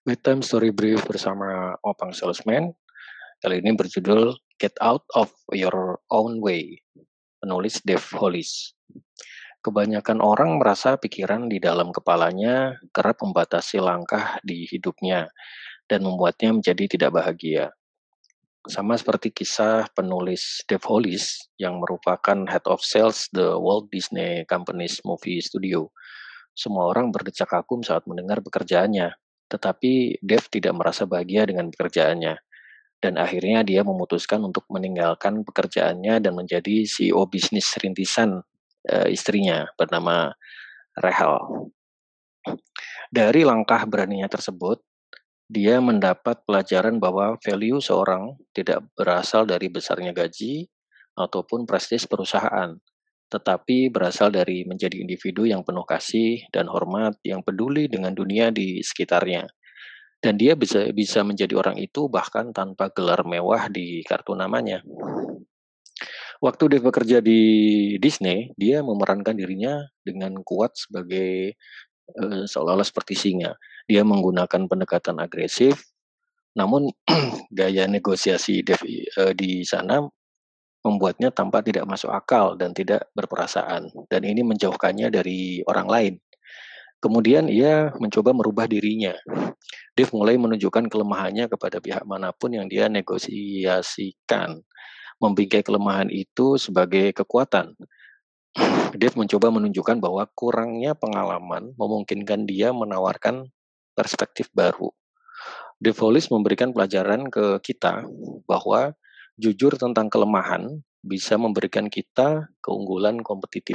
Bedtime Story Brief bersama Opang Salesman. Kali ini berjudul Get Out of Your Own Way, penulis Dave Hollis. Kebanyakan orang merasa pikiran di dalam kepalanya kerap membatasi langkah di hidupnya dan membuatnya menjadi tidak bahagia. Sama seperti kisah penulis Dave Hollis yang merupakan Head of Sales The Walt Disney Company's Movie Studio. Semua orang berdecak kagum saat mendengar pekerjaannya, tetapi Dev tidak merasa bahagia dengan pekerjaannya, dan akhirnya dia memutuskan untuk meninggalkan pekerjaannya dan menjadi CEO bisnis rintisan istrinya bernama Rachel. Dari langkah beraninya tersebut, dia mendapat pelajaran bahwa value seorang tidak berasal dari besarnya gaji ataupun prestis perusahaan, tetapi berasal dari menjadi individu yang penuh kasih dan hormat, yang peduli dengan dunia di sekitarnya. Dan dia bisa menjadi orang itu bahkan tanpa gelar mewah di kartu namanya. Waktu dia bekerja di Disney, dia memerankan dirinya dengan kuat sebagai seolah-olah seperti singa. Dia menggunakan pendekatan agresif, namun gaya negosiasi Dev di sana membuatnya tampak tidak masuk akal dan tidak berperasaan, dan ini menjauhkannya dari orang lain. Kemudian ia mencoba merubah dirinya. Dev mulai menunjukkan kelemahannya kepada pihak manapun yang dia negosiasikan, membingkai kelemahan itu sebagai kekuatan. Dev mencoba menunjukkan bahwa kurangnya pengalaman memungkinkan dia menawarkan perspektif baru. Dev Hollis memberikan pelajaran ke kita bahwa jujur tentang kelemahan bisa memberikan kita keunggulan kompetitif.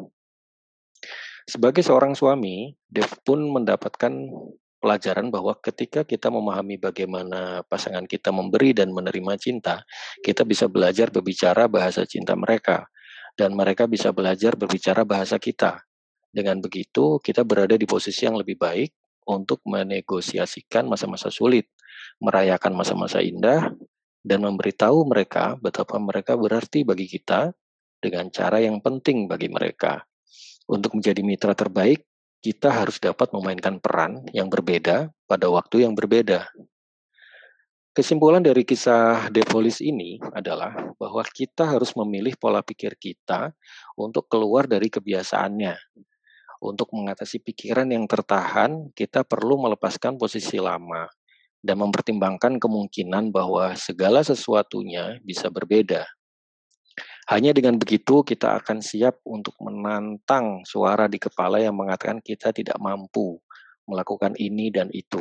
Sebagai seorang suami, Dev pun mendapatkan pelajaran bahwa ketika kita memahami bagaimana pasangan kita memberi dan menerima cinta, kita bisa belajar berbicara bahasa cinta mereka, dan mereka bisa belajar berbicara bahasa kita. Dengan begitu, kita berada di posisi yang lebih baik untuk menegosiasikan masa-masa sulit, merayakan masa-masa indah, dan memberitahu mereka betapa mereka berarti bagi kita dengan cara yang penting bagi mereka. Untuk menjadi mitra terbaik, kita harus dapat memainkan peran yang berbeda pada waktu yang berbeda. Kesimpulan dari kisah Devolis ini adalah bahwa kita harus memilih pola pikir kita untuk keluar dari kebiasaannya. Untuk mengatasi pikiran yang tertahan, kita perlu melepaskan posisi lama dan mempertimbangkan kemungkinan bahwa segala sesuatunya bisa berbeda. Hanya dengan begitu kita akan siap untuk menantang suara di kepala yang mengatakan kita tidak mampu melakukan ini dan itu.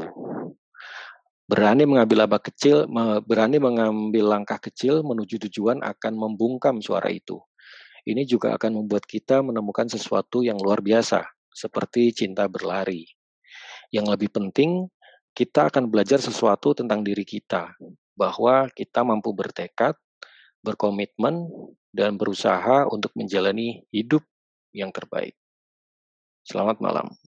Berani mengambil langkah kecil menuju tujuan akan membungkam suara itu. Ini juga akan membuat kita menemukan sesuatu yang luar biasa, seperti cinta berlari. Yang lebih penting, kita akan belajar sesuatu tentang diri kita, bahwa kita mampu bertekad, berkomitmen, dan berusaha untuk menjalani hidup yang terbaik. Selamat malam.